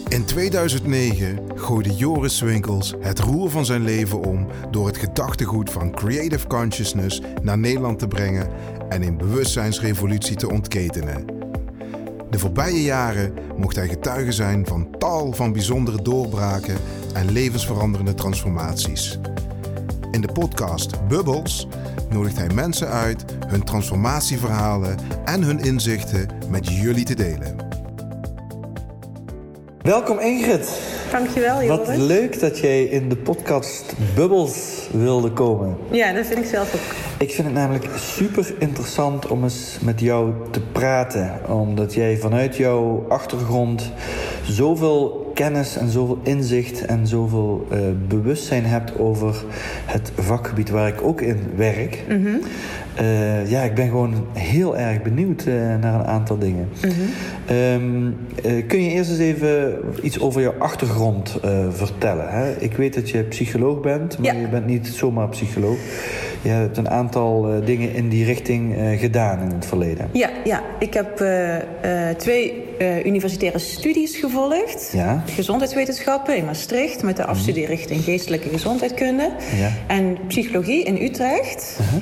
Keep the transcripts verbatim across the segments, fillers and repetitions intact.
In tweeduizend negen gooide Joris Swinkels het roer van zijn leven om door het gedachtegoed van Creative Consciousness naar Nederland te brengen en een bewustzijnsrevolutie te ontketenen. De voorbije jaren mocht hij getuige zijn van tal van bijzondere doorbraken en levensveranderende transformaties. In de podcast Bubbles nodigt hij mensen uit hun transformatieverhalen en hun inzichten met jullie te delen. Welkom Ingrid. Dankjewel Joris. Wat leuk dat jij in de podcast Bubbles wilde komen. Ja, dat vind ik zelf ook. Ik vind het namelijk super interessant om eens met jou te praten. Omdat jij vanuit jouw achtergrond zoveel kennis en zoveel inzicht en zoveel uh, bewustzijn hebt over het vakgebied waar ik ook in werk. Mm-hmm. Uh, ja, ik ben gewoon heel erg benieuwd uh, naar een aantal dingen. Mm-hmm. Um, uh, kun je eerst eens even iets over jouw achtergrond uh, vertellen? Hè? Ik weet dat je psycholoog bent, maar ja. Je bent niet zomaar psycholoog. Je hebt een aantal uh, dingen in die richting uh, gedaan in het verleden. Ja, ja. Ik heb uh, uh, twee uh, universitaire studies gevolgd. Ja. Gezondheidswetenschappen in Maastricht met de afstudeerrichting geestelijke gezondheidskunde. Ja. En psychologie in Utrecht. Uh-huh.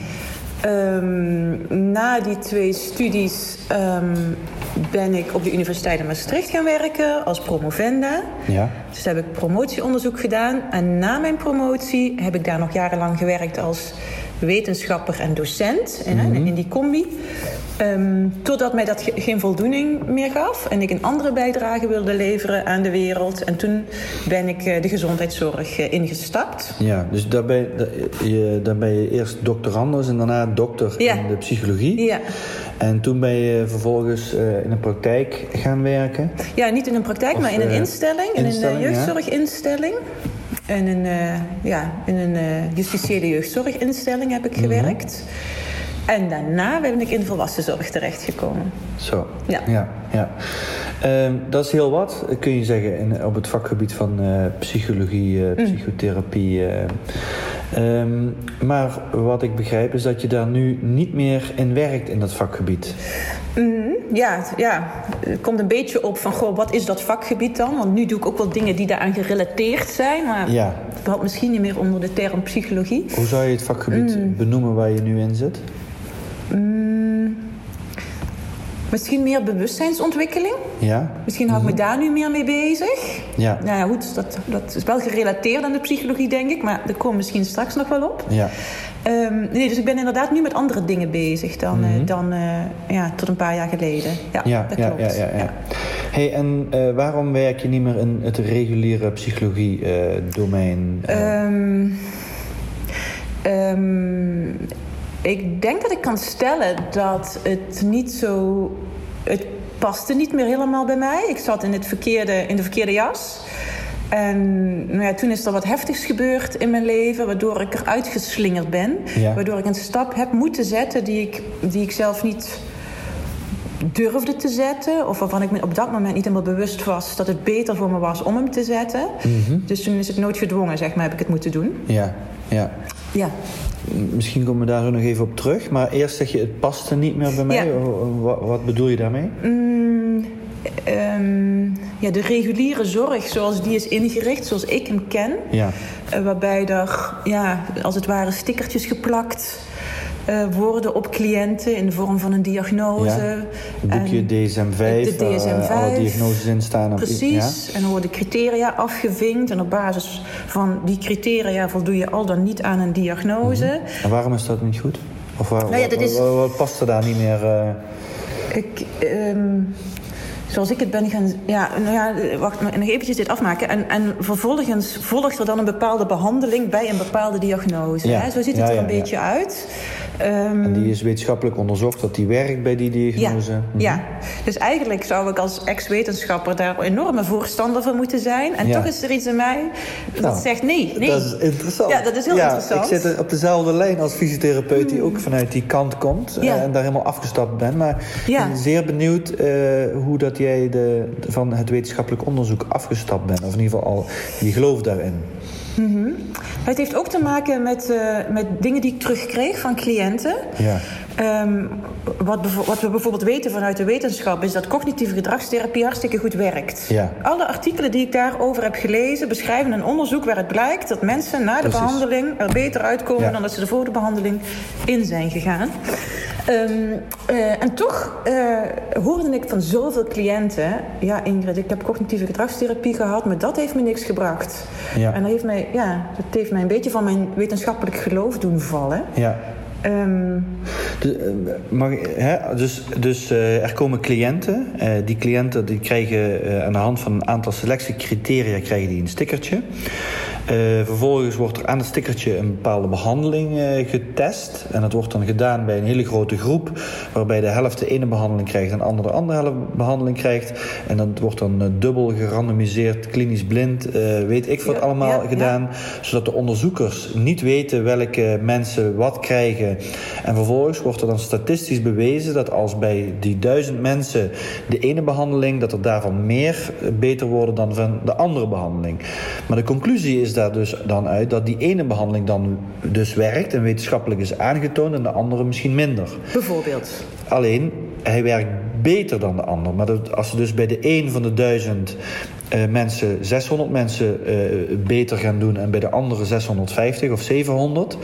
Um, na die twee studies um, ben ik op de Universiteit in Maastricht gaan werken als promovenda. Ja. Dus daar heb ik promotieonderzoek gedaan. En na mijn promotie heb ik daar nog jarenlang gewerkt als wetenschapper en docent. Mm-hmm. In, in die combi. Um, totdat mij dat ge- geen voldoening meer gaf. En ik een andere bijdrage wilde leveren aan de wereld. En toen ben ik uh, de gezondheidszorg uh, ingestapt. Ja, dus daar ben, je, daar ben je eerst doctorandus en daarna dokter ja. in de psychologie. Ja. En toen ben je vervolgens uh, in een praktijk gaan werken? Ja, niet in een praktijk, of, maar in een instelling. In instelling, een uh, jeugdzorginstelling. En in, uh, ja, in een uh, justitiële jeugdzorginstelling heb ik mm-hmm. gewerkt. En daarna ben ik in de volwassenzorg terechtgekomen. Zo, ja. ja, ja. Uh, dat is heel wat, kun je zeggen, in, op het vakgebied van uh, psychologie, uh, psychotherapie. Uh, um, maar wat ik begrijp is dat je daar nu niet meer in werkt in dat vakgebied. Mm, ja, ja, het komt een beetje op van, goh, wat is dat vakgebied dan? Want nu doe ik ook wel dingen die daaraan gerelateerd zijn. Maar ja. Het valt misschien niet meer onder de term psychologie. Hoe zou je het vakgebied mm. benoemen waar je nu in zit? Mm, misschien meer bewustzijnsontwikkeling. Ja. Misschien hou ik mm-hmm. me daar nu meer mee bezig. Ja. Nou ja, goed, dat, dat is wel gerelateerd aan de psychologie, denk ik. Maar daar komen we misschien straks nog wel op. Ja. Um, nee, dus ik ben inderdaad nu met andere dingen bezig dan, mm-hmm. uh, dan uh, ja, tot een paar jaar geleden. Ja, ja dat ja, klopt. Ja, ja, ja. Ja. Hey, en uh, waarom werk je niet meer in het reguliere psychologie-domein? Uh, uh? Um, um, ik denk dat ik kan stellen dat het niet zo... Het paste niet meer helemaal bij mij. Ik zat in, het verkeerde, in de verkeerde jas. En nou ja, toen is er wat heftigs gebeurd in mijn leven, waardoor ik eruit geslingerd ben. Ja. Waardoor ik een stap heb moeten zetten die ik, die ik zelf niet durfde te zetten. Of waarvan ik me op dat moment niet helemaal bewust was dat het beter voor me was om hem te zetten. Mm-hmm. Dus toen is het noodgedwongen, zeg maar, heb ik het moeten doen. Ja, ja. Ja. Misschien komen we daar zo nog even op terug. Maar eerst zeg je, het paste niet meer bij mij. Ja. Wat, wat bedoel je daarmee? Mm, um, ja, de reguliere zorg zoals die is ingericht, zoals ik hem ken. Ja. Uh, waarbij er, ja, als het ware stickertjes geplakt uh, worden op cliënten in de vorm van een diagnose. Ja. Het boekje en D S M vijf, de D S M vijf, uh, alle diagnoses in staan. Op, precies, ja. En dan worden criteria afgevinkt. En op basis van die criteria voldoe je al dan niet aan een diagnose. Mm-hmm. En waarom is dat niet goed? Of waar, nou ja, dat is... wat, wat past er daar niet meer? Uh... Ik... Um... Zoals ik het ben gaan... Ja, nou ja, wacht, nog eventjes dit afmaken. En, en vervolgens volgt er dan een bepaalde behandeling bij een bepaalde diagnose. Ja. Hè? Zo ziet het ja, er een ja, beetje ja. uit. Um, en die is wetenschappelijk onderzocht dat die werkt bij die diagnose. Ja, mm-hmm. ja. Dus eigenlijk zou ik als ex-wetenschapper daar een enorme voorstander van moeten zijn. En ja. toch is er iets in mij dat nou, zegt nee, nee. Dat is interessant. Ja, dat is heel ja, interessant. Ik zit op dezelfde lijn als fysiotherapeut die mm. ook vanuit die kant komt. Ja. Uh, en daar helemaal afgestapt ben. Maar ja. ik ben zeer benieuwd uh, hoe dat jij de, van het wetenschappelijk onderzoek afgestapt bent. Of in ieder geval al, je gelooft daarin. Mm-hmm. Het heeft ook te maken met, uh, met dingen die ik terugkreeg van cliënten. Ja. Um, wat, bevo- wat we bijvoorbeeld weten vanuit de wetenschap is dat cognitieve gedragstherapie hartstikke goed werkt. Ja. Alle artikelen die ik daarover heb gelezen beschrijven een onderzoek waaruit blijkt dat mensen na de Precies. behandeling er beter uitkomen ja. dan dat ze er voor de behandeling in zijn gegaan. Um, uh, en toch uh, hoorde ik van zoveel cliënten, ja Ingrid, ik heb cognitieve gedragstherapie gehad, maar dat heeft me niks gebracht. Ja. En dat heeft, mij, ja, dat heeft mij een beetje van mijn wetenschappelijk geloof doen vallen. Ja. Um, de, mag, hè, dus dus uh, er komen cliënten. Uh, die cliënten die krijgen uh, aan de hand van een aantal selectiecriteria krijgen die een stickertje. Uh, vervolgens wordt er aan het stickertje een bepaalde behandeling uh, getest. En dat wordt dan gedaan bij een hele grote groep, waarbij de helft de ene behandeling krijgt en de andere de andere helft behandeling krijgt. En dat wordt dan uh, dubbel gerandomiseerd, klinisch blind, uh, weet ik wat ja, allemaal ja, gedaan. Ja. Zodat de onderzoekers niet weten welke mensen wat krijgen. En vervolgens wordt er dan statistisch bewezen dat als bij die duizend mensen de ene behandeling, dat er daarvan meer beter worden dan van de andere behandeling. Maar de conclusie is daar dus dan uit dat die ene behandeling dan dus werkt en wetenschappelijk is aangetoond en de andere misschien minder. Bijvoorbeeld? Alleen, hij werkt beter dan de ander. Maar dat, als ze dus bij de een van de duizend uh, mensen zeshonderd mensen uh, beter gaan doen en bij de andere zeshonderdvijftig of zevenhonderd,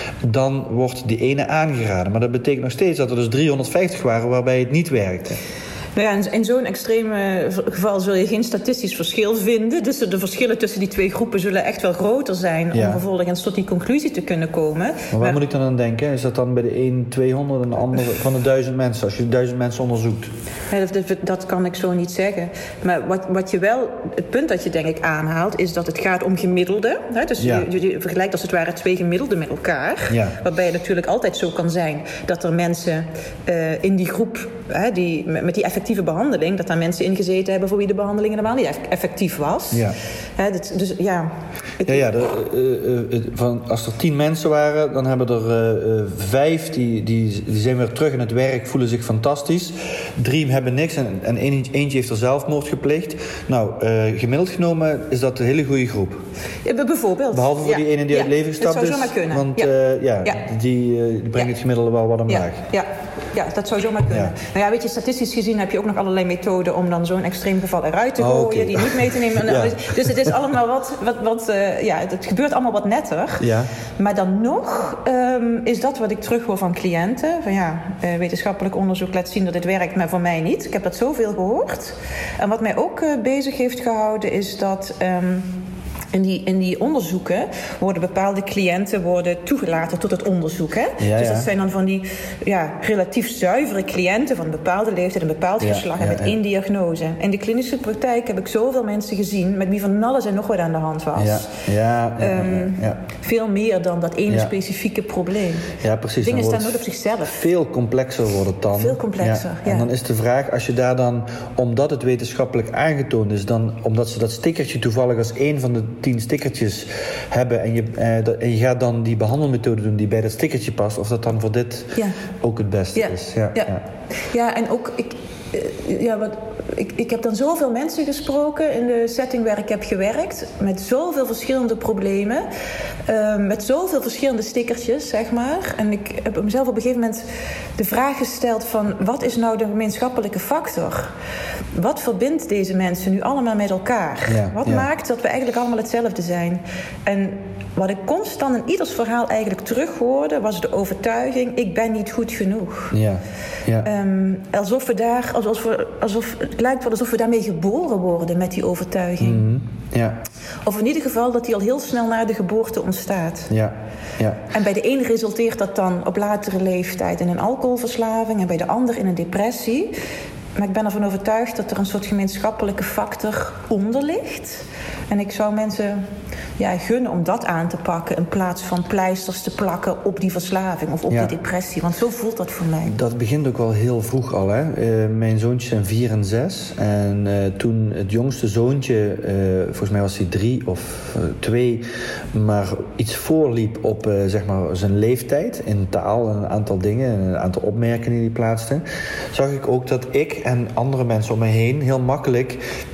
dan wordt die ene aangeraden. Maar dat betekent nog steeds dat er dus driehonderdvijftig waren waarbij het niet werkte. Nou ja, in, in zo'n extreme geval zul je geen statistisch verschil vinden. Dus de verschillen tussen die twee groepen zullen echt wel groter zijn om ja. vervolgens tot die conclusie te kunnen komen. Maar waar maar, moet ik dan aan denken? Is dat dan bij de een tweehonderd en de ander van de duizend mensen, als je duizend mensen onderzoekt? Ja, dat, dat, dat kan ik zo niet zeggen. Maar wat, wat je wel, het punt dat je denk ik aanhaalt, is dat het gaat om gemiddelde. Hè? Dus ja. je, je vergelijkt als het ware twee gemiddelden met elkaar. Ja. Waarbij het natuurlijk altijd zo kan zijn dat er mensen uh, in die groep, hè, die, met die effectieve behandeling, dat daar mensen in gezeten hebben voor wie de behandeling helemaal niet effectief was. Ja. Hè, dat, dus ja... Het... Ja, ja de, uh, uh, van, als er tien mensen waren, dan hebben er uh, vijf die, die, die zijn weer terug in het werk, voelen zich fantastisch. Drie hebben niks en, en eentje heeft er zelfmoord gepleegd. Nou, uh, gemiddeld genomen is dat een hele goede groep. Ja, bijvoorbeeld. Behalve voor ja. die ene die ja. uit het leven gestapt is. Dat zou zomaar kunnen. Want ja. Uh, ja, ja. die, uh, die brengt ja. het gemiddelde wel wat omlaag. Ja. Ja. ja, dat zou zomaar kunnen. Ja. Nou ja, weet je, statistisch gezien heb je ook nog allerlei methoden om dan zo'n extreem geval eruit te gooien, oh, okay. die niet mee te nemen. Ja. Dus het is allemaal wat, wat, wat uh, ja, het gebeurt allemaal wat netter. Ja. Maar dan nog um, is dat wat ik terughoor van cliënten. Van ja, uh, wetenschappelijk onderzoek laat zien dat het werkt, maar voor mij niet. Ik heb dat zoveel gehoord. En wat mij ook uh, bezig heeft gehouden is dat... Um, In die, in die onderzoeken worden bepaalde cliënten worden toegelaten tot het onderzoek. Hè? Ja, dus dat ja. zijn dan van die ja, relatief zuivere cliënten van een bepaalde leeftijd, een bepaald ja, geslacht en ja, met ja. één diagnose. In de klinische praktijk heb ik zoveel mensen gezien met wie van alles en nog wat aan de hand was. Ja, ja, ja, um, ja, ja. Veel meer dan dat ene ja. specifieke probleem. Ja, precies. Dingen staan nooit op zichzelf. Veel complexer wordt het dan. Veel complexer, ja. ja. En ja. dan is de vraag, als je daar dan, omdat het wetenschappelijk aangetoond is, dan omdat ze dat stickertje toevallig als één van de tien stickertjes hebben en je, eh, en je gaat dan die behandelmethode doen die bij dat stickertje past, of dat dan voor dit ja. ook het beste ja. is. Ja, ja. Ja. ja, en ook ik, ja, wat, ik, ik heb dan zoveel mensen gesproken in de setting waar ik heb gewerkt, met zoveel verschillende problemen, uh, met zoveel verschillende stickertjes, zeg maar. En ik heb mezelf op een gegeven moment de vraag gesteld van, wat is nou de gemeenschappelijke factor? Wat verbindt deze mensen nu allemaal met elkaar? Ja, wat ja. maakt dat we eigenlijk allemaal hetzelfde zijn? En wat ik constant in ieders verhaal eigenlijk terughoorde, was de overtuiging, ik ben niet goed genoeg. Ja, ja. Um, alsof we daar, alsof we, alsof, het lijkt wel alsof we daarmee geboren worden met die overtuiging. Mm-hmm. Ja. Of in ieder geval dat die al heel snel na de geboorte ontstaat. Ja. Ja. En bij de een resulteert dat dan op latere leeftijd in een alcoholverslaving en bij de ander in een depressie. Maar ik ben ervan overtuigd dat er een soort gemeenschappelijke factor onder ligt. En ik zou mensen ja, gunnen om dat aan te pakken in plaats van pleisters te plakken op die verslaving of op ja. die depressie. Want zo voelt dat voor mij. Dat begint ook wel heel vroeg al. Hè? Uh, mijn zoontjes zijn vier en zes. En uh, toen het jongste zoontje, uh, volgens mij was hij drie of uh, twee, maar iets voorliep op uh, zeg maar zijn leeftijd in taal en een aantal dingen en een aantal opmerkingen die hij plaatste, zag ik ook dat ik en andere mensen om me heen heel makkelijk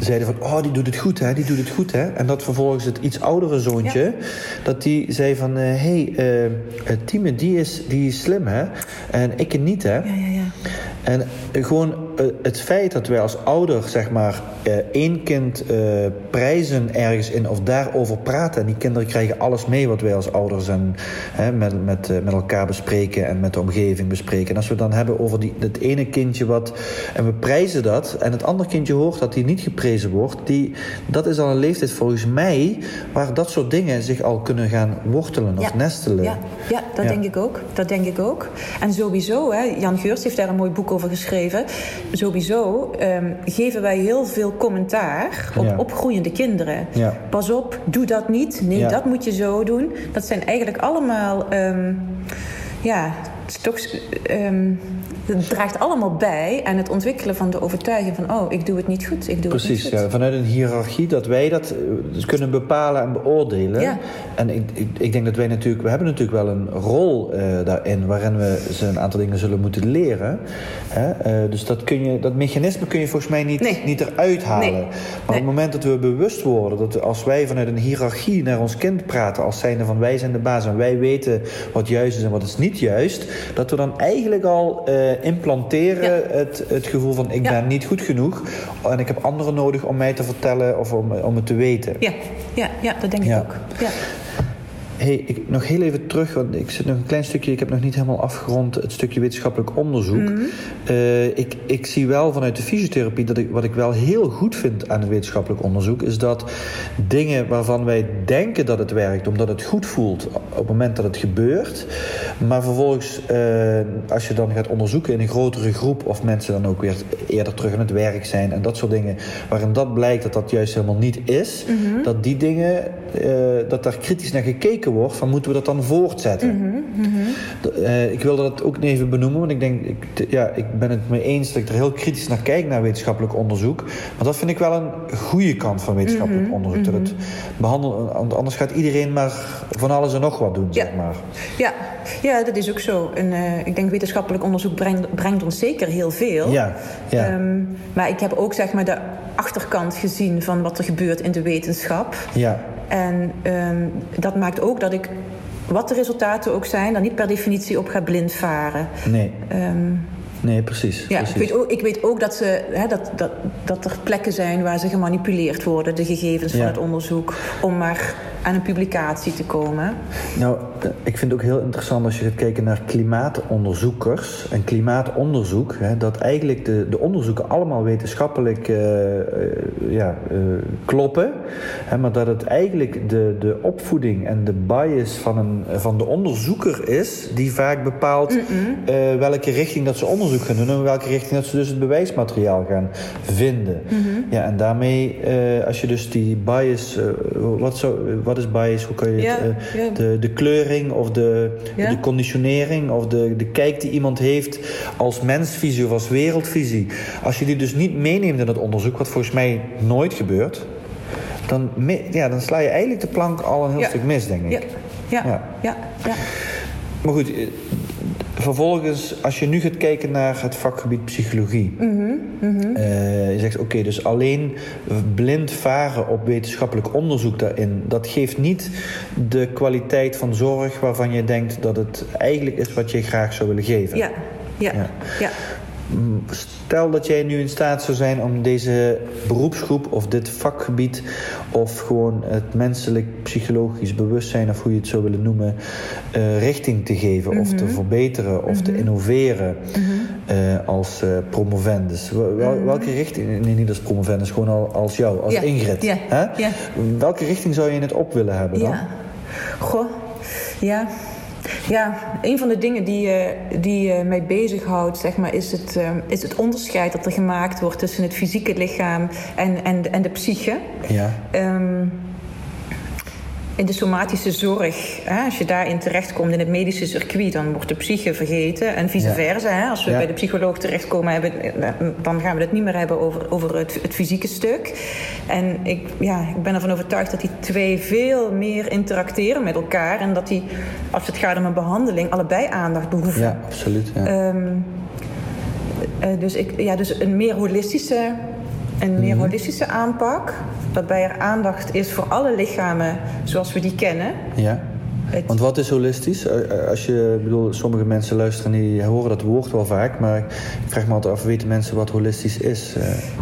zeiden van, oh, die doet het goed, hè, die doet het goed, hè. En dat vervolgens het iets oudere zoontje, ja. dat die zei van, hé, uh, hey, uh, Tieme, die is, die is slim, hè. En ik niet, hè. Ja, ja, ja. En uh, gewoon uh, het feit dat wij als ouder, zeg maar, uh, één kind uh, prijzen ergens in of daarover praten. En die kinderen krijgen alles mee wat wij als ouders en, hè, met, met, uh, met elkaar bespreken en met de omgeving bespreken. En als we het dan hebben over die, het ene kindje wat, en we prijzen dat, en het andere kindje hoort dat die niet geprezen wordt, die, dat is al een leeftijd volgens mij waar dat soort dingen zich al kunnen gaan wortelen of ja. nestelen. Ja, ja dat ja. denk ik ook. Dat denk ik ook. En sowieso, hè, Jan Geurts heeft daar een mooi boek over geschreven. Sowieso um, geven wij heel veel commentaar op ja. opgroeiende kinderen. Ja. Pas op, doe dat niet. Nee, ja. dat moet je zo doen. Dat zijn eigenlijk allemaal, um, ja, toch. Um, Het draagt allemaal bij aan het ontwikkelen van de overtuiging van, oh, ik doe het niet goed, ik doe Precies, het niet goed. Ja, vanuit een hiërarchie dat wij dat dus kunnen bepalen en beoordelen. Ja. En ik, ik, ik denk dat wij natuurlijk, we hebben natuurlijk wel een rol uh, daarin, waarin we ze een aantal dingen zullen moeten leren. Hè? Uh, dus dat, kun je, dat mechanisme kun je volgens mij niet, nee. niet eruit halen. Nee. Maar nee. op het moment dat we bewust worden, dat als wij vanuit een hiërarchie naar ons kind praten, als zijnde van wij zijn de baas en wij weten wat juist is en wat is niet juist, dat we dan eigenlijk al uh, implanteren ja. het, het gevoel van ik ja. ben niet goed genoeg en ik heb anderen nodig om mij te vertellen of om, om het te weten. Ja, ja, ja dat denk ja. ik ook. Ja. Hey, ik, nog heel even terug, want ik zit nog een klein stukje, ik heb nog niet helemaal afgerond het stukje wetenschappelijk onderzoek. Mm-hmm. Uh, ik, ik zie wel vanuit de fysiotherapie dat ik, wat ik wel heel goed vind aan het wetenschappelijk onderzoek, is dat dingen waarvan wij denken dat het werkt, omdat het goed voelt op het moment dat het gebeurt, maar vervolgens, uh, als je dan gaat onderzoeken in een grotere groep of mensen dan ook weer eerder terug aan het werk zijn en dat soort dingen, waarin dat blijkt dat dat juist helemaal niet is, mm-hmm. dat die dingen, uh, dat daar kritisch naar gekeken wordt, van moeten we dat dan voortzetten? Mm-hmm, mm-hmm. Uh, ik wilde dat ook even benoemen, want ik denk, ik, ja, ik ben het mee eens dat ik er heel kritisch naar kijk naar wetenschappelijk onderzoek. Maar dat vind ik wel een goede kant van wetenschappelijk mm-hmm, onderzoek. Mm-hmm. Dat het behandelen, anders gaat iedereen maar van alles en nog wat doen, ja. zeg maar. Ja. ja, dat is ook zo. En uh, ik denk wetenschappelijk onderzoek brengt, brengt ons zeker heel veel. Ja. Ja. Um, maar ik heb ook zeg maar de achterkant gezien van wat er gebeurt in de wetenschap. Ja. En um, dat maakt ook dat ik, wat de resultaten ook zijn, dan niet per definitie op ga blind varen. Nee. Um, nee, precies. Ja, precies. Ik, weet ook, ik weet ook dat, ze, hè, dat, dat, dat er plekken zijn waar ze gemanipuleerd worden, de gegevens ja. van het onderzoek, om maar aan een publicatie te komen. Nou, ik vind het ook heel interessant als je gaat kijken naar klimaatonderzoekers en klimaatonderzoek, hè, dat eigenlijk de, de onderzoeken allemaal wetenschappelijk uh, uh, ja, uh, kloppen, hè, maar dat het eigenlijk de, de opvoeding en de bias van, een, van de onderzoeker is die vaak bepaalt uh, welke richting dat ze onderzoek gaan doen en welke richting dat ze dus het bewijsmateriaal gaan vinden. Mm-hmm. Ja, en daarmee, uh, als je dus die bias, uh, wat, zo, wat is bias, hoe kan je ja, het, uh, ja. de, de kleuring of de, ja. de conditionering of de, de kijk die iemand heeft als mensvisie of als wereldvisie, als je die dus niet meeneemt in het onderzoek, wat volgens mij nooit gebeurt, dan, ja, dan sla je eigenlijk de plank al een heel ja. stuk mis, denk ik. Ja, ja, ja. ja, ja. Maar goed, vervolgens, als je nu gaat kijken naar het vakgebied psychologie. Mm-hmm, mm-hmm. Uh, je zegt, oké, okay, dus alleen blind varen op wetenschappelijk onderzoek daarin, dat geeft niet de kwaliteit van zorg waarvan je denkt dat het eigenlijk is wat je graag zou willen geven. Ja, ja, ja. ja. Stel dat jij nu in staat zou zijn om deze beroepsgroep of dit vakgebied of gewoon het menselijk psychologisch bewustzijn of hoe je het zou willen noemen, uh, richting te geven mm-hmm. of te verbeteren of mm-hmm. te innoveren mm-hmm. uh, als uh, promovendus. Wel, mm-hmm. Welke richting, nee niet als promovendus, gewoon al, als jou, als ja. Ingrid. Ja. Hè? Ja. Welke richting zou je in het op willen hebben dan? Ja. Goh, ja... Ja, een van de dingen die, uh, die uh, mij bezighoudt, zeg maar, is het, uh, is het onderscheid dat er gemaakt wordt tussen het fysieke lichaam en, en, en de psyche. Ja. Um, in de somatische zorg, hè, als je daarin terechtkomt in het medische circuit, dan wordt de psyche vergeten en vice versa. Hè. Als we ja. bij de psycholoog terechtkomen, hebben, dan gaan we het niet meer hebben over, over het, het fysieke stuk. En ik, ja, ik ben ervan overtuigd dat die twee veel meer interacteren met elkaar en dat die, als het gaat om een behandeling, allebei aandacht behoeven. Ja, absoluut. Ja. Um, uh, dus, ik, ja, dus een meer holistische een meer mm-hmm. holistische aanpak. Waarbij er aandacht is voor alle lichamen zoals we die kennen. Ja. Het... Want wat is holistisch? Als je, bedoel, sommige mensen luisteren die horen dat woord wel vaak, maar ik vraag me altijd af, weten mensen wat holistisch is?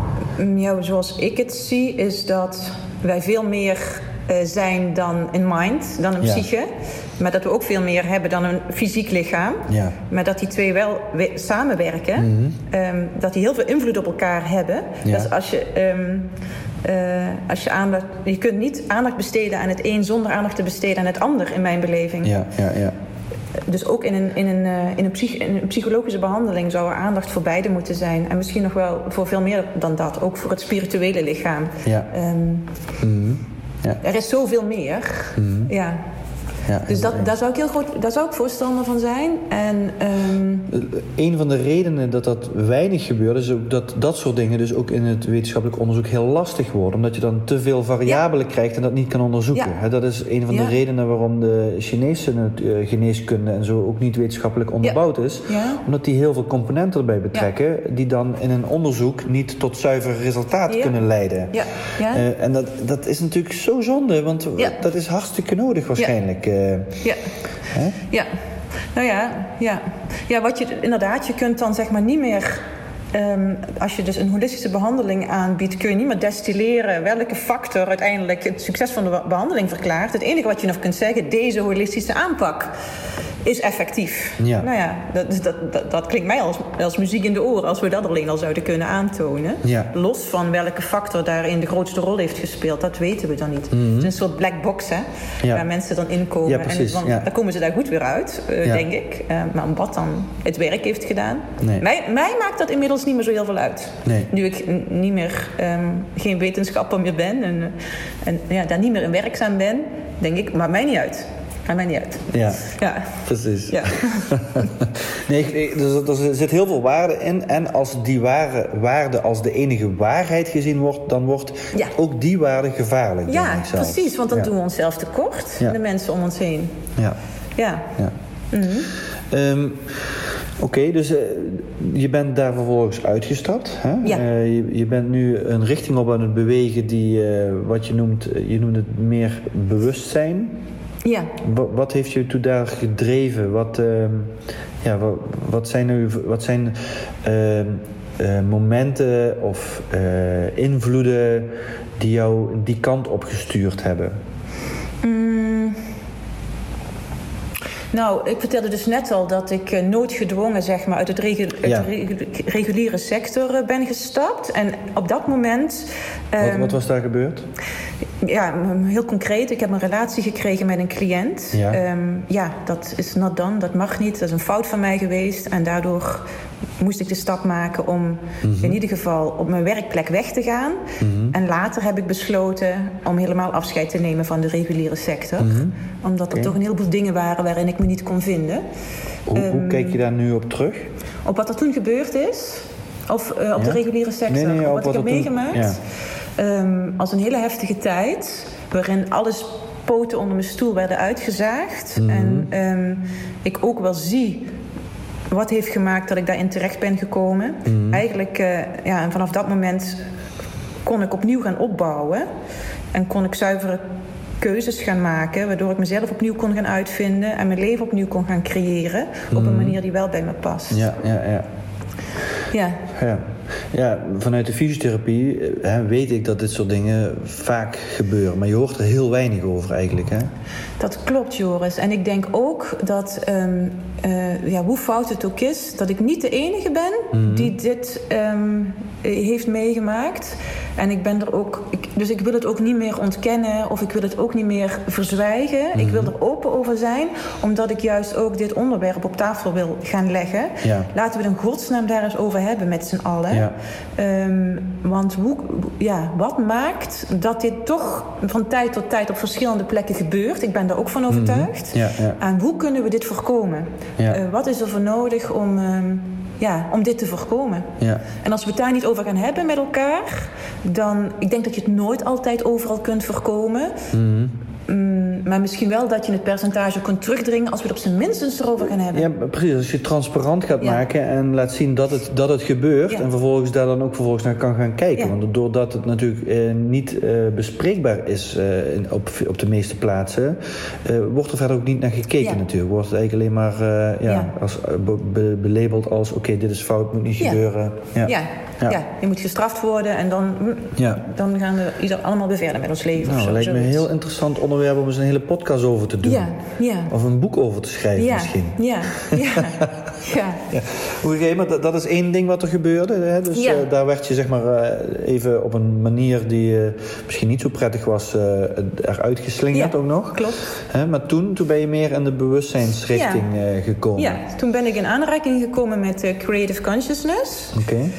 Ja, zoals ik het zie, is dat wij veel meer uh, zijn dan een mind, dan een ja. psyche. Maar dat we ook veel meer hebben dan een fysiek lichaam. Ja. Maar dat die twee wel we- samenwerken. Mm-hmm. Um, dat die heel veel invloed op elkaar hebben. Ja. Dus als je... Um, Uh, als je aandacht, je kunt niet aandacht besteden aan het een zonder aandacht te besteden aan het ander, in mijn beleving. Ja, ja, ja. Dus ook in een, in, een, uh, in, een psych- in een psychologische behandeling zou er aandacht voor beide moeten zijn. En misschien nog wel voor veel meer dan dat. Ook voor het spirituele lichaam. Ja. Um, mm-hmm. Ja. Er is zoveel meer. Mm-hmm. Ja. Ja, dus dat, daar, zou ik heel groot, daar zou ik voorstander van zijn. En, um... Een van de redenen dat dat weinig gebeurt, is ook dat dat soort dingen dus ook in het wetenschappelijk onderzoek heel lastig worden. Omdat je dan te veel variabelen ja. krijgt en dat niet kan onderzoeken. Ja. He, dat is een van ja. de redenen waarom de Chinese uh, geneeskunde en zo ook niet wetenschappelijk onderbouwd ja. is. Ja. Omdat die heel veel componenten erbij betrekken, ja. die dan in een onderzoek niet tot zuiver resultaat ja. kunnen leiden. Ja. Ja. Uh, en dat, dat is natuurlijk zo zonde, want ja. dat is hartstikke nodig waarschijnlijk. Ja. Uh, Ja. Hè? Ja. Nou ja, ja. Ja, wat je inderdaad, je kunt dan zeg maar niet meer. Um, als je dus een holistische behandeling aanbiedt, kun je niet meer destilleren welke factor uiteindelijk het succes van de behandeling verklaart. Het enige wat je nog kunt zeggen, deze holistische aanpak is effectief. Ja. Nou ja, dat, dat, dat, dat klinkt mij als, als muziek in de oren als we dat alleen al zouden kunnen aantonen. Ja. Los van welke factor daarin de grootste rol heeft gespeeld, dat weten we dan niet. Mm-hmm. Het is een soort black box, hè, ja. waar mensen dan inkomen. Ja, precies, en want ja. dan komen ze daar goed weer uit, uh, ja. denk ik. Uh, maar wat dan het werk heeft gedaan. Nee. Mij, mij maakt dat inmiddels niet meer zo heel veel uit. Nee. Nu ik n- niet meer um, geen wetenschapper meer ben en, uh, en ja, daar niet meer in werkzaam ben, denk ik, maakt mij niet uit. Maakt mij niet uit. Ja, ja. precies. Ja. nee, dus er zit heel veel waarde in. En als die ware, waarde als de enige waarheid gezien wordt, dan wordt ja. ook die waarde gevaarlijk. Ja, denk ik zelf. precies. Want dan ja. doen we onszelf tekort. Ja. De mensen om ons heen. Ja. Ja. ja. Mm-hmm. Um, Oké, okay, dus uh, je bent daar vervolgens uitgestapt. Hè? Ja. Uh, je, je bent nu een richting op aan het bewegen die, uh, wat je noemt, je noemt het meer bewustzijn. Ja. Wat, wat heeft je toen daar gedreven? Wat, uh, ja, wat, wat zijn, nu, wat zijn uh, uh, momenten of uh, invloeden die jou die kant op gestuurd hebben? Mm. Nou, ik vertelde dus net al dat ik uh, noodgedwongen zeg maar, uit, het regu- ja. uit de regu- reguliere sector uh, ben gestapt. En op dat moment... Um, wat, wat was daar gebeurd? Ja, heel concreet. Ik heb een relatie gekregen met een cliënt. Ja, um, ja dat is not done. Dat mag niet. Dat is een fout van mij geweest. En daardoor moest ik de stap maken om mm-hmm. in ieder geval op mijn werkplek weg te gaan. Mm-hmm. En later heb ik besloten om helemaal afscheid te nemen van de reguliere sector. Mm-hmm. Omdat er okay. toch een heleboel dingen waren waarin ik me niet kon vinden. Hoe, um, hoe kijk je daar nu op terug? Op wat er toen gebeurd is? Of uh, op ja? de reguliere sector? Nee, nee, op wat, wat ik heb meegemaakt? Toen, ja. um, als een hele heftige tijd, waarin alles poten onder mijn stoel werden uitgezaagd. Mm-hmm. En um, ik ook wel zie wat heeft gemaakt dat ik daarin terecht ben gekomen. Mm-hmm. Eigenlijk, uh, ja, en vanaf dat moment kon ik opnieuw gaan opbouwen. En kon ik zuivere keuzes gaan maken, waardoor ik mezelf opnieuw kon gaan uitvinden en mijn leven opnieuw kon gaan creëren. Mm-hmm. Op een manier die wel bij me past. Ja, ja, ja. Ja. Ja. Ja, vanuit de fysiotherapie hè, weet ik dat dit soort dingen vaak gebeuren. Maar je hoort er heel weinig over eigenlijk, hè? Dat klopt, Joris. En ik denk ook dat, um, uh, ja, hoe fout het ook is, dat ik niet de enige ben mm-hmm. die dit um, heeft meegemaakt. En ik ben er ook, ik, dus ik wil het ook niet meer ontkennen of ik wil het ook niet meer verzwijgen. Mm-hmm. Ik wil er open over zijn, omdat ik juist ook dit onderwerp op tafel wil gaan leggen. Ja. Laten we het in godsnaam daar eens over hebben met z'n allen. Ja. Um, want hoe, ja, wat maakt dat dit toch van tijd tot tijd op verschillende plekken gebeurt? Ik ben daar ook van overtuigd. Mm-hmm. Ja, ja. En hoe kunnen we dit voorkomen? Ja. Uh, wat is er voor nodig om, um, ja, om dit te voorkomen? Ja. En als we het daar niet over gaan hebben met elkaar, dan, ik denk dat je het nooit altijd overal kunt voorkomen. Mm-hmm. Um, Um, maar misschien wel dat je het percentage kunt terugdringen als we het op zijn minstens erover gaan hebben. Ja, precies. Als je het transparant gaat ja. maken en laat zien dat het, dat het gebeurt... Ja. en vervolgens daar dan ook vervolgens naar kan gaan kijken. Ja. Want doordat het natuurlijk uh, niet uh, bespreekbaar is uh, in, op, op de meeste plaatsen... Uh, wordt er verder ook niet naar gekeken ja. natuurlijk. Wordt het eigenlijk alleen maar uh, ja, ja. Als, uh, be, belabeld als... oké, okay, dit is fout, moet niet ja. gebeuren. Ja. Ja. Ja. ja, je moet gestraft worden en dan, ja. dan gaan we ieder allemaal weer verder met ons leven. Nou, dat lijkt me een heel interessant onderwerp om eens een hele podcast over te doen. Ja, ja. Of een boek over te schrijven ja, misschien. Ja, ja, ja. ja. Oké, maar dat, dat is één ding wat er gebeurde. Hè? Dus ja. uh, daar werd je zeg maar uh, even op een manier die uh, misschien niet zo prettig was uh, eruit geslingerd ja, ook nog. Klopt. Hè? Maar toen, toen ben je meer in de bewustzijnsrichting ja. uh, gekomen. Ja, toen ben ik in aanraking gekomen met uh, Creative Consciousness. Oké. Okay.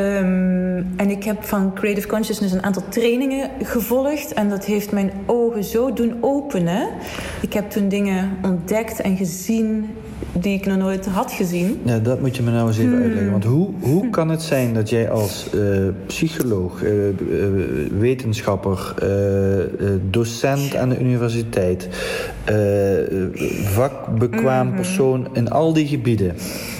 Um, en ik heb van Creative Consciousness een aantal trainingen gevolgd. En dat heeft mijn ogen zo doen openen. Ik heb toen dingen ontdekt en gezien die ik nog nooit had gezien. Ja, dat moet je me nou eens even hmm. uitleggen. Want hoe, hoe kan het zijn dat jij als uh, psycholoog, uh, uh, wetenschapper, uh, uh, docent aan de universiteit... Uh, vakbekwaam mm-hmm. persoon in al die gebieden...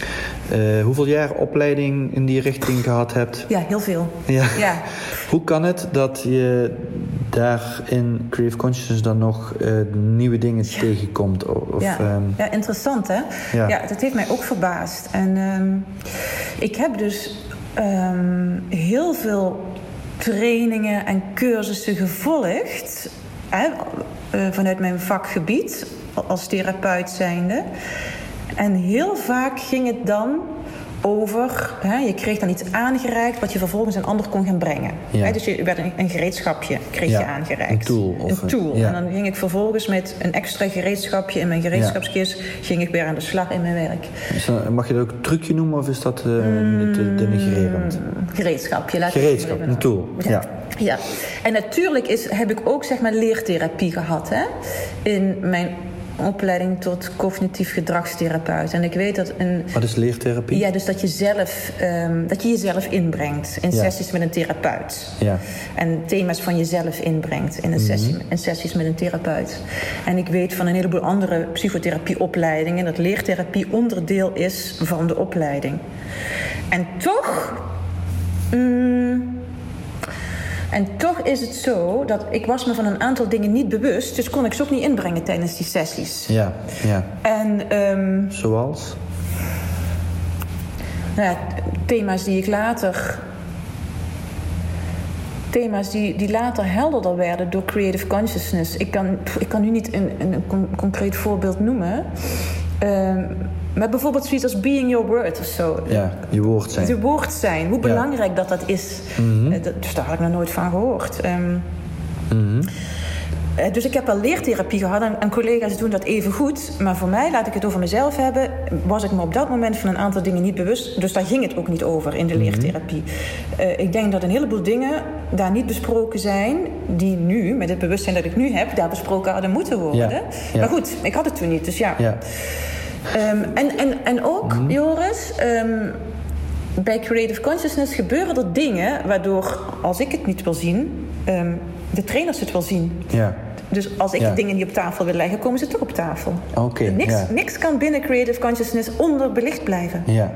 Uh, hoeveel jaar opleiding in die richting gehad hebt? Ja, heel veel. Ja. Ja. Hoe kan het dat je daar in Creative Consciousness dan nog uh, nieuwe dingen ja. tegenkomt? Of, ja. Um... ja, interessant hè? Ja. ja, dat heeft mij ook verbaasd. En um, ik heb dus um, heel veel trainingen en cursussen gevolgd... Hè, uh, vanuit mijn vakgebied, als therapeut zijnde... En heel vaak ging het dan over... Hè, je kreeg dan iets aangereikt... wat je vervolgens een ander kon gaan brengen. Ja. Hè, dus je werd een, een gereedschapje kreeg ja, je aangereikt. Een tool. Of een tool. Ja. En dan ging ik vervolgens met een extra gereedschapje... in mijn gereedschapskist... Ja. ging ik weer aan de slag in mijn werk. Dat, mag je dat ook een trucje noemen... of is dat uh, mm, niet te denigrerend? Gereedschapje. Laat Gereedschap, een tool. Ja. Ja. Ja. En natuurlijk is, heb ik ook zeg maar leertherapie gehad. Hè? In mijn... opleiding tot cognitief gedragstherapeut. En ik weet dat een... Wat is leertherapie? Ja, dus dat je, zelf, um, dat je jezelf inbrengt in ja. sessies met een therapeut. Ja. En thema's van jezelf inbrengt in, een sessie, mm-hmm. in sessies met een therapeut. En ik weet van een heleboel andere psychotherapieopleidingen... dat leertherapie onderdeel is van de opleiding. En toch... Mm, En toch is het zo dat ik was me van een aantal dingen niet bewust... dus kon ik ze ook niet inbrengen tijdens die sessies. Ja, ja. En, um, Zoals? Nou ja, thema's die ik later... Thema's die, die later helderder werden door Creative Consciousness. Ik kan, ik kan nu niet een, een, een concreet voorbeeld noemen... Um, maar bijvoorbeeld zoiets als being your word of zo. Ja, je woord zijn. Je woord zijn. Hoe belangrijk ja. dat dat is. Mm-hmm. Uh, dat, dus daar had ik nog nooit van gehoord. Um, mm-hmm. uh, dus ik heb wel leertherapie gehad. En, en collega's doen dat even goed. Maar voor mij, laat ik het over mezelf hebben... was ik me op dat moment van een aantal dingen niet bewust. Dus daar ging het ook niet over in de mm-hmm. leertherapie. Uh, ik denk dat een heleboel dingen daar niet besproken zijn... die nu, met het bewustzijn dat ik nu heb... daar besproken hadden moeten worden. Ja. Ja. Maar goed, ik had het toen niet. Dus ja... ja. Um, en, en, en ook, mm. Joris, um, bij Creative Consciousness gebeuren er dingen... waardoor, als ik het niet wil zien, um, de trainers het wel zien. Ja. Dus als ik ja. dingen die op tafel wil leggen, komen ze toch op tafel. Okay, niks, ja. niks kan binnen Creative Consciousness onderbelicht blijven. Ja,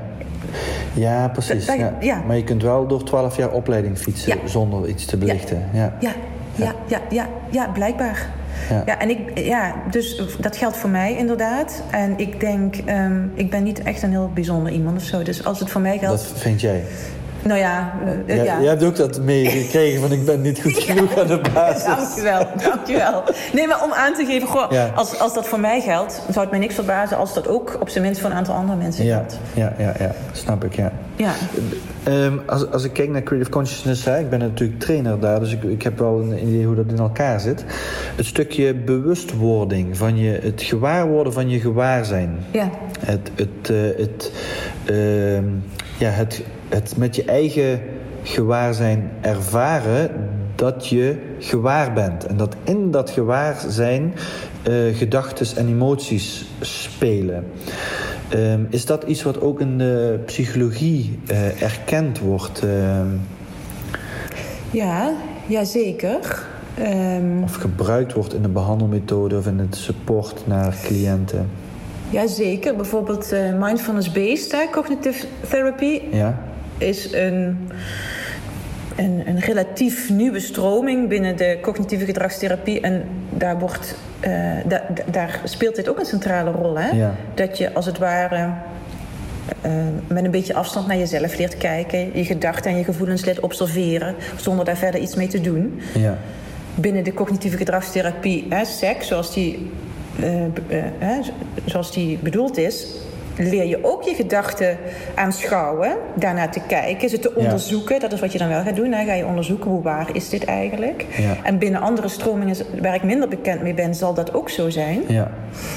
ja precies. Da, da, ja. Ja. Maar je kunt wel door twaalf jaar opleiding fietsen ja. zonder iets te belichten. Ja, ja, ja, ja, ja, ja, ja blijkbaar. Ja. ja, en ik, ja, dus dat geldt voor mij inderdaad. En ik denk, um, ik ben niet echt een heel bijzonder iemand of zo. Dus als het voor mij geldt... Dat vind jij? Nou ja, uh, ja, ja. Je hebt ook dat meegekregen van ik ben niet goed genoeg ja. aan de basis. Dankjewel, dankjewel. Nee, maar om aan te geven, goh, ja. als, als dat voor mij geldt... zou het mij niks verbazen als dat ook op zijn minst voor een aantal andere mensen ja. geldt. Ja, ja, ja, snap ik, ja. ja. Um, als, als ik kijk naar Creative Consciousness, hè, ik ben natuurlijk trainer daar... dus ik, ik heb wel een idee hoe dat in elkaar zit. Het stukje bewustwording, van je, het gewaarworden van je gewaarzijn. Ja. Het, het, uh, het, uh, ja, het, het met je eigen gewaarzijn ervaren dat je gewaar bent. En dat in dat gewaarzijn uh, gedachtes en emoties spelen. Um, is dat iets wat ook in de psychologie uh, erkend wordt? Uh... Ja, ja, zeker. Um, of gebruikt wordt in de behandelmethode of in het support naar cliënten? Jazeker. Bijvoorbeeld uh, mindfulness-based uh, cognitive therapy ja. is een, een, een relatief nieuwe stroming binnen de cognitieve gedragstherapie. En daar, wordt, uh, da, da, daar speelt dit ook een centrale rol. Hè? Ja. Dat je als het ware uh, met een beetje afstand naar jezelf leert kijken. Je gedachten en je gevoelens leert observeren. Zonder daar verder iets mee te doen. Ja. Binnen de cognitieve gedragstherapie, hè, S E C, zoals die, uh, uh, hè, zoals die bedoeld is, leer je ook je gedachten aanschouwen, daarnaar te kijken, ze te onderzoeken. Ja. Dat is wat je dan wel gaat doen. Hè. Ga je onderzoeken, hoe waar is dit eigenlijk? Ja. En binnen andere stromingen waar ik minder bekend mee ben, zal dat ook zo zijn. Ja.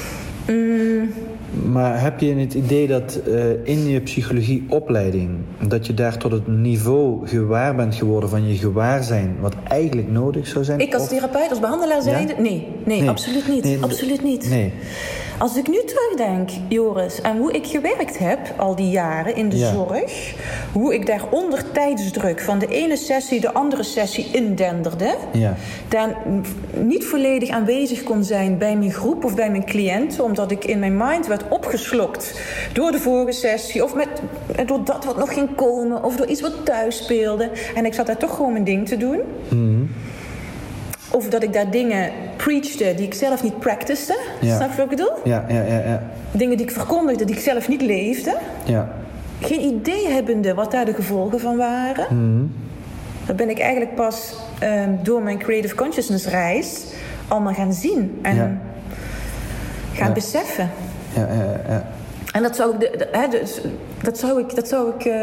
Mm. Maar heb je het idee dat uh, in je psychologieopleiding, dat je daar tot het niveau gewaar bent geworden van je gewaarzijn, wat eigenlijk nodig zou zijn? Ik als of... therapeut, als behandelaar zijnde? Ja? Nee, nee, nee, absoluut niet. Nee, absoluut niet. Nee. Als ik nu terugdenk, Joris, aan hoe ik gewerkt heb al die jaren in de ja. zorg, hoe ik daar onder tijdsdruk van de ene sessie de andere sessie indenderde, ja. daar niet volledig aanwezig kon zijn bij mijn groep of bij mijn cliënten, omdat ik in mijn mind werd opgeslokt door de vorige sessie of met, door dat wat nog ging komen of door iets wat thuis speelde. En ik zat daar toch gewoon mijn ding te doen. Mm-hmm. Of dat ik daar dingen preachte die ik zelf niet practicede. Ja. Snap je wat ik bedoel? Ja, ja, ja, ja. Dingen die ik verkondigde, die ik zelf niet leefde. Ja. Geen idee hebbende wat daar de gevolgen van waren. Mm-hmm. Dat ben ik eigenlijk pas um, door mijn Creative Consciousness reis allemaal gaan zien. En ja. gaan ja. beseffen. Ja, ja, ja. En dat zou ik... De, de, hè, dus, dat zou ik... Dat zou ik uh,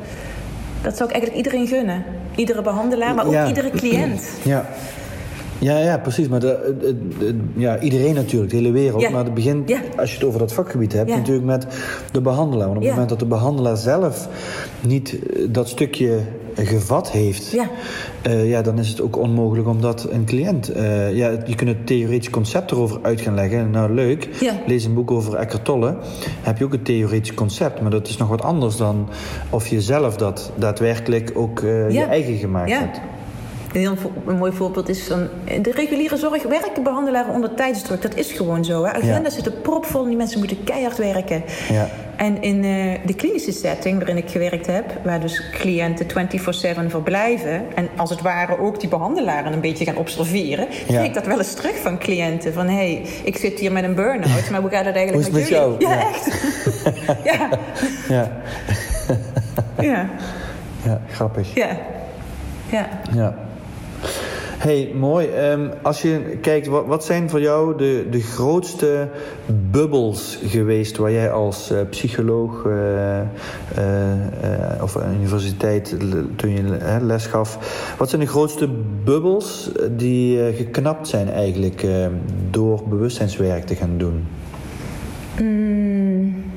dat zou ik eigenlijk iedereen gunnen. Iedere behandelaar, maar ook ja. iedere cliënt. Ja. Ja, ja, precies. Maar de, de, de, ja, iedereen natuurlijk, de hele wereld. Ja. Maar het begint, ja. als je het over dat vakgebied hebt, ja. natuurlijk met de behandelaar. Want op het ja. moment dat de behandelaar zelf niet dat stukje gevat heeft, ja. Uh, ja, dan is het ook onmogelijk om dat een cliënt... Uh, ja, je kunt het theoretisch concept erover uit gaan leggen. Nou, leuk. Ja. Lees een boek over Eckhart Tolle. Heb je ook een theoretisch concept. Maar dat is nog wat anders dan of je zelf dat daadwerkelijk ook uh, ja. je eigen gemaakt ja. hebt. Een heel vo- een mooi voorbeeld is van de reguliere zorg werken behandelaren onder tijdsdruk. Dat is gewoon zo. Hè? Agenda's ja. zitten propvol, die mensen moeten keihard werken. Ja. En in uh, de klinische setting waarin ik gewerkt heb, waar dus cliënten vierentwintig zeven verblijven en als het ware ook die behandelaren een beetje gaan observeren, ja. kreeg ik dat wel eens terug van cliënten. Van hé, hey, ik zit hier met een burn-out, maar hoe gaat het eigenlijk hoe is het met, met jullie? jou? Ja, ja. echt. ja. Ja. ja. Ja, grappig. Ja. Ja. Ja. Hey, mooi. Um, als je kijkt, wat, wat zijn voor jou de, de grootste bubbels geweest waar jij als uh, psycholoog uh, uh, uh, of aan de universiteit toen je uh, les gaf, wat zijn de grootste bubbels die uh, geknapt zijn eigenlijk uh, door bewustzijnswerk te gaan doen? Mm.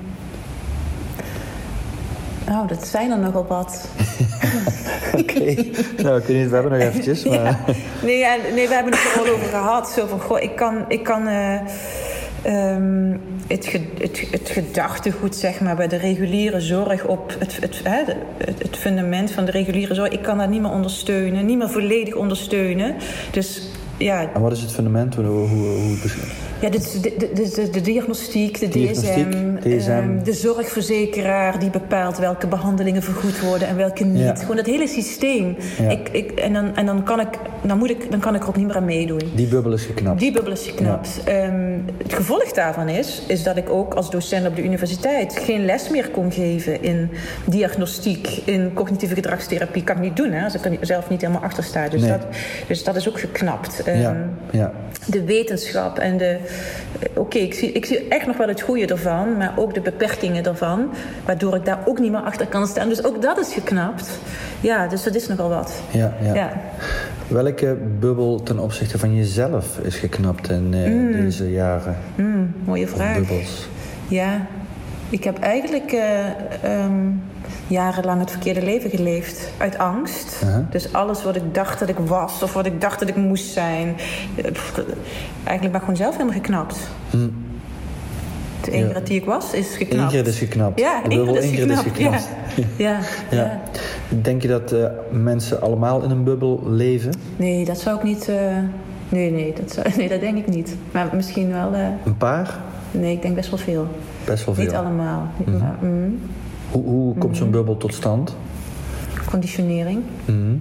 Nou, dat zijn er nogal wat. Oké, okay. Nou, ik weet niet, we hebben nog eventjes. Maar... Ja. Nee, ja, nee, we hebben het er al over gehad. Zo van, goh, ik kan, ik kan uh, um, het, ge, het, het gedachtegoed, zeg maar, bij de reguliere zorg op het, het, het, het, het fundament van de reguliere zorg, ik kan dat niet meer ondersteunen, niet meer volledig ondersteunen. Dus ja. En wat is het fundament? Hoe, hoe, hoe Ja, de, de, de, de, de diagnostiek, de diagnostiek, D S M, D S M. Um, de zorgverzekeraar die bepaalt welke behandelingen vergoed worden en welke niet. Ja. Gewoon dat hele systeem. Ja. Ik, ik, en dan, en dan, kan ik, dan, moet ik, dan kan ik er ook niet meer aan meedoen. Die bubbel is geknapt. Die bubbel is geknapt. Ja. Um, het gevolg daarvan is, is dat ik ook als docent op de universiteit geen les meer kon geven in diagnostiek, in cognitieve gedragstherapie. Kan ik niet doen, hè, als ik er zelf niet helemaal achter sta. Dus, nee. dat, dus dat is ook geknapt. Um, ja. Ja. De wetenschap en de... Oké, okay, ik, zie, ik zie echt nog wel het goede ervan, maar ook de beperkingen ervan, waardoor ik daar ook niet meer achter kan staan. Dus ook dat is geknapt. Ja, dus dat is nogal wat. Ja, ja. ja. Welke bubbel ten opzichte van jezelf is geknapt in uh, mm. deze jaren? Mm, mooie vraag. Of bubbels? Ja, ik heb eigenlijk uh, um, jarenlang het verkeerde leven geleefd. Uit angst. Uh-huh. Dus alles wat ik dacht dat ik was, of wat ik dacht dat ik moest zijn. Eigenlijk ben ik gewoon zelf helemaal geknapt. Mm. De Ingrid ja. die ik was, is geknapt. Ingrid is geknapt. Ja, de Ingrid, is, Ingrid geknapt. is geknapt. Ja. Ja. Ja. Ja. Denk je dat uh, mensen allemaal in een bubbel leven? Nee, dat zou ik niet... Uh... Nee, nee dat, zou... nee, dat denk ik niet. Maar misschien wel... Uh... Een paar? Nee, ik denk best wel veel. Best wel veel? Niet allemaal. Mm. Maar, mm. Hoe, hoe komt mm. zo'n bubbel tot stand? Conditionering. Mm.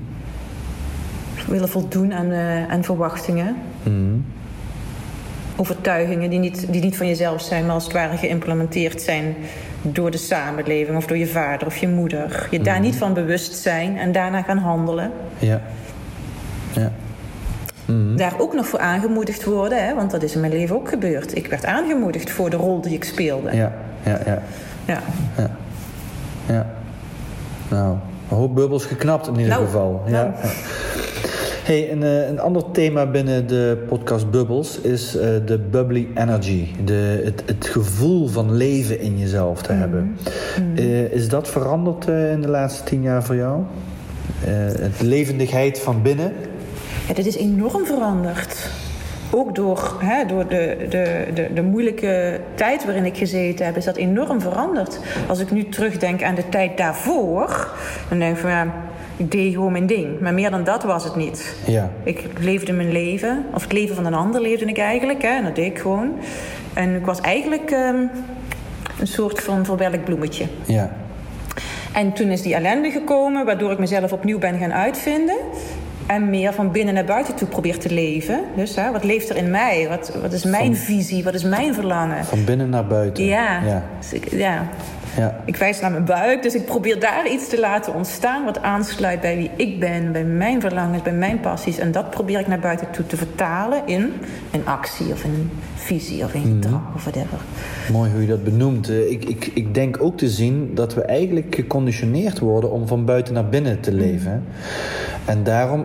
Willen voldoen aan, uh, aan verwachtingen. Mm. Overtuigingen die niet, die niet van jezelf zijn, maar als het ware geïmplementeerd zijn door de samenleving of door je vader of je moeder. Je mm. daar niet van bewust zijn en daarna gaan handelen. Ja. Ja. Mm. Daar ook nog voor aangemoedigd worden, hè, want dat is in mijn leven ook gebeurd. Ik werd aangemoedigd voor de rol die ik speelde. Ja, ja, ja. Ja. Ja. Ja. Nou, een hoop bubbels geknapt in ieder nou, geval. Nou. Ja. Hey, een, een ander thema binnen de podcast Bubbles is uh, de bubbly energy. De, het, het gevoel van leven in jezelf te mm. hebben. Mm. Uh, is dat veranderd uh, in de laatste tien jaar voor jou? Uh, het levendigheid van binnen? Ja, dat is enorm veranderd. Ook door, hè, door de, de, de, de moeilijke tijd waarin ik gezeten heb, is dat enorm veranderd. Als ik nu terugdenk aan de tijd daarvoor, dan denk ik van ja, ik deed gewoon mijn ding. Maar meer dan dat was het niet. Ja. Ik leefde mijn leven, of het leven van een ander leefde ik eigenlijk, hè, en dat deed ik gewoon. En ik was eigenlijk um, een soort van verwelkt bloemetje. Ja. En toen is die ellende gekomen, waardoor ik mezelf opnieuw ben gaan uitvinden. En meer van binnen naar buiten toe probeer te leven. Dus hè, wat leeft er in mij? Wat, wat is mijn van, visie? Wat is mijn verlangen? Van binnen naar buiten. Ja. Ja. Dus ik, ja. Ja. Ik wijs naar mijn buik, dus ik probeer daar iets te laten ontstaan wat aansluit bij wie ik ben, bij mijn verlangens, bij mijn passies. En dat probeer ik naar buiten toe te vertalen in een actie of in een visie of in een gedrag mm-hmm. of whatever. Mooi hoe je dat benoemt. Ik, ik, ik denk ook te zien dat we eigenlijk geconditioneerd worden om van buiten naar binnen te leven. Mm. En daarom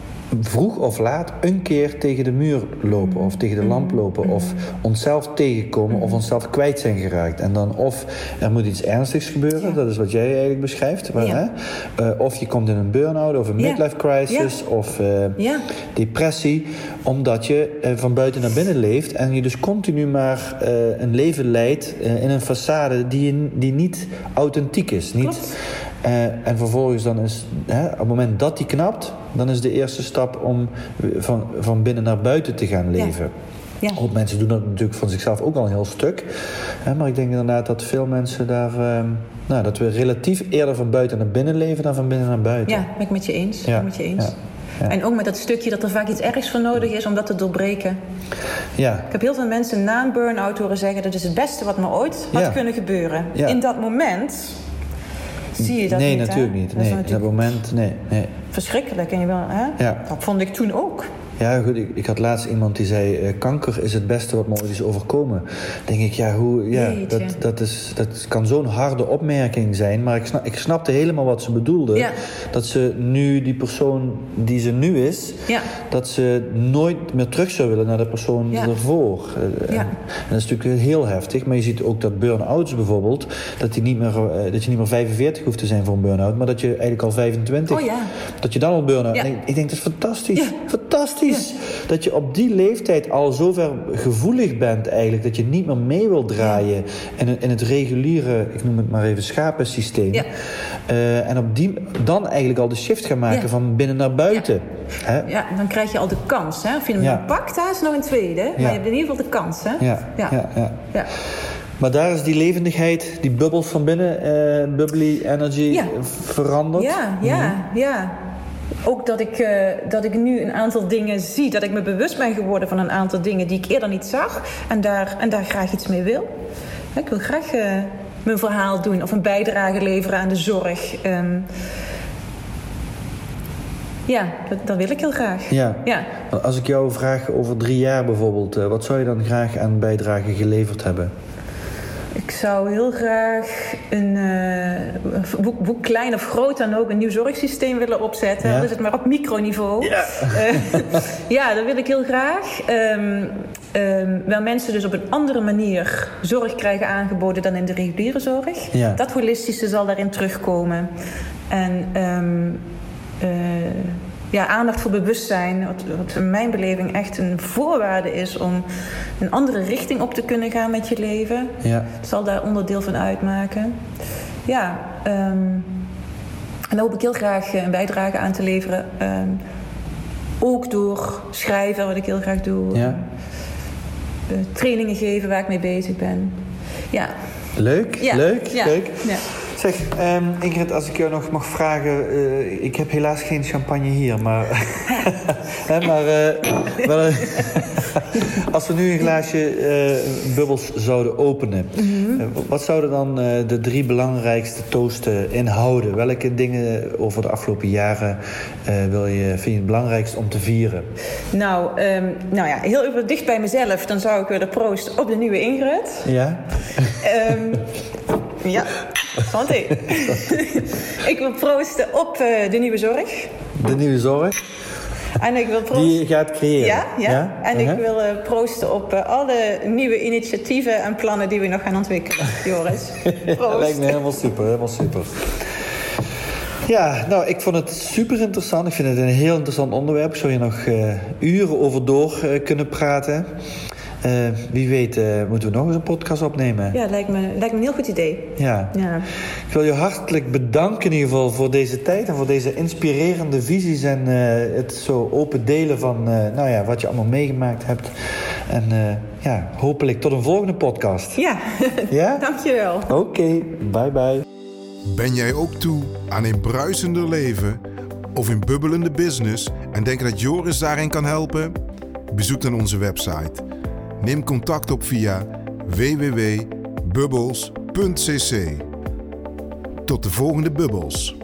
vroeg of laat een keer tegen de muur lopen of tegen de lamp lopen of onszelf tegenkomen of onszelf kwijt zijn geraakt. En dan of er moet iets ernstigs gebeuren, ja. dat is wat jij eigenlijk beschrijft. Maar, ja. hè? Uh, of je komt in een burn-out of een ja. midlife crisis ja. of uh, ja. depressie, omdat je uh, van buiten naar binnen leeft en je dus continu maar uh, een leven leidt uh, in een façade die, die niet authentiek is. Niet, uh, en vervolgens dan is, hè, op het moment dat die knapt, dan is de eerste stap om van, van binnen naar buiten te gaan leven. Ja. Ja. Ook mensen doen dat natuurlijk van zichzelf ook al een heel stuk. Hè, maar ik denk inderdaad dat veel mensen daar... Uh, nou, dat we relatief eerder van buiten naar binnen leven dan van binnen naar buiten. Ja, ben ik met je eens. Ja. Ben met je eens. Ja. Ja. En ook met dat stukje dat er vaak iets ergs voor nodig is om dat te doorbreken. Ja. Ik heb heel veel mensen na een burn-out horen zeggen, dat is het beste wat me ooit had ja. kunnen gebeuren. Ja. In dat moment zie je dat nee, niet. Natuurlijk hè? niet. Nee, natuurlijk dat moment, nee, nee. Verschrikkelijk. En je wil, hè? Ja. Dat vond ik toen ook. Ja, goed, ik, ik had laatst iemand die zei, uh, kanker is het beste wat me ooit is overkomen. Dan denk ik, ja, hoe, ja dat, dat, is, dat kan zo'n harde opmerking zijn. Maar ik, snap, ik snapte helemaal wat ze bedoelde. Ja. Dat ze nu, die persoon die ze nu is, ja. dat ze nooit meer terug zou willen naar de persoon ja. ervoor. Uh, ja. En dat is natuurlijk heel heftig. Maar je ziet ook dat burn-outs bijvoorbeeld, dat, die niet meer, uh, dat je niet meer vijfenveertig hoeft te zijn voor een burn-out, maar dat je eigenlijk al vijfentwintig, oh, ja. dat je dan al burn-out. Ja. Ik, ik denk, dat is fantastisch. Ja. Fantastisch. Ja. Dat je op die leeftijd al zover gevoelig bent eigenlijk, dat je niet meer mee wil draaien ja. in, in het reguliere, ik noem het maar even, schapensysteem. Ja. Uh, en op die, dan eigenlijk al de shift gaan maken ja. van binnen naar buiten. Ja. Hè? Ja, dan krijg je al de kans. Hè? Of je hem ja. pakt, daar is nog een tweede. Ja. Maar je hebt in ieder geval de kans. Hè? Ja. Ja. Ja. Ja. Ja. Maar daar is die levendigheid, die bubbels van binnen, uh, bubbly energy, ja. veranderd. Ja, ja, mm. ja. Ook dat ik, uh, dat ik nu een aantal dingen zie. Dat ik me bewust ben geworden van een aantal dingen die ik eerder niet zag. En daar, en daar graag iets mee wil. Ik wil graag uh, mijn verhaal doen. Of een bijdrage leveren aan de zorg. Um, ja, dat, dat wil ik heel graag. Ja. Ja. Als ik jou vraag over drie jaar bijvoorbeeld. Uh, wat zou je dan graag aan bijdrage geleverd hebben? Ik zou heel graag een, uh, hoe, hoe klein of groot dan ook, een nieuw zorgsysteem willen opzetten. Ja. Al is het maar op microniveau. Ja, uh, ja dat wil ik heel graag. Um, um, waar mensen dus op een andere manier zorg krijgen aangeboden dan in de reguliere zorg. Ja. Dat holistische zal daarin terugkomen. En um, uh, ja, aandacht voor bewustzijn, wat, wat in mijn beleving echt een voorwaarde is om een andere richting op te kunnen gaan met je leven. Ja. Zal daar onderdeel van uitmaken. Ja, um, en daar hoop ik heel graag een bijdrage aan te leveren. Um, ook door schrijven, wat ik heel graag doe. Ja. Uh, trainingen geven waar ik mee bezig ben. Ja. Leuk, ja. leuk, ja. leuk. Ja. Zeg, um, Ingrid, als ik jou nog mag vragen... Uh, ik heb helaas geen champagne hier, maar... He, maar uh, wel, uh, als we nu een glaasje uh, bubbels zouden openen... Mm-hmm. Uh, wat zouden dan uh, de drie belangrijkste toasten inhouden? Welke dingen over de afgelopen jaren uh, wil je, vind je het belangrijkst om te vieren? Nou, um, nou ja, heel even dicht bij mezelf... dan zou ik willen proosten op de nieuwe Ingrid. Ja? Um, ja... Santé. Ik wil proosten op uh, de nieuwe zorg. De nieuwe zorg. En ik wil proosten... Die je gaat creëren. Ja, ja. ja? En uh-huh. ik wil uh, proosten op uh, alle nieuwe initiatieven en plannen die we nog gaan ontwikkelen. Joris, proost. Dat lijkt me helemaal super, helemaal super. Ja, nou, ik vond het super interessant. Ik vind het een heel interessant onderwerp. Ik zou hier nog uh, uren over door uh, kunnen praten. Uh, wie weet uh, moeten we nog eens een podcast opnemen. Ja, lijkt me, lijkt me een heel goed idee. Ja. ja. Ik wil je hartelijk bedanken in ieder geval voor deze tijd... en voor deze inspirerende visies... en uh, het zo open delen van uh, nou ja, wat je allemaal meegemaakt hebt. En uh, ja, hopelijk tot een volgende podcast. Ja, ja? Dankjewel. Oké, okay, bye bye. Ben jij ook toe aan een bruisender leven... of een bubbelende business... en denk dat Joris daarin kan helpen? Bezoek dan onze website... Neem contact op via w w w punt bubbels punt c c. Tot de volgende Bubbels.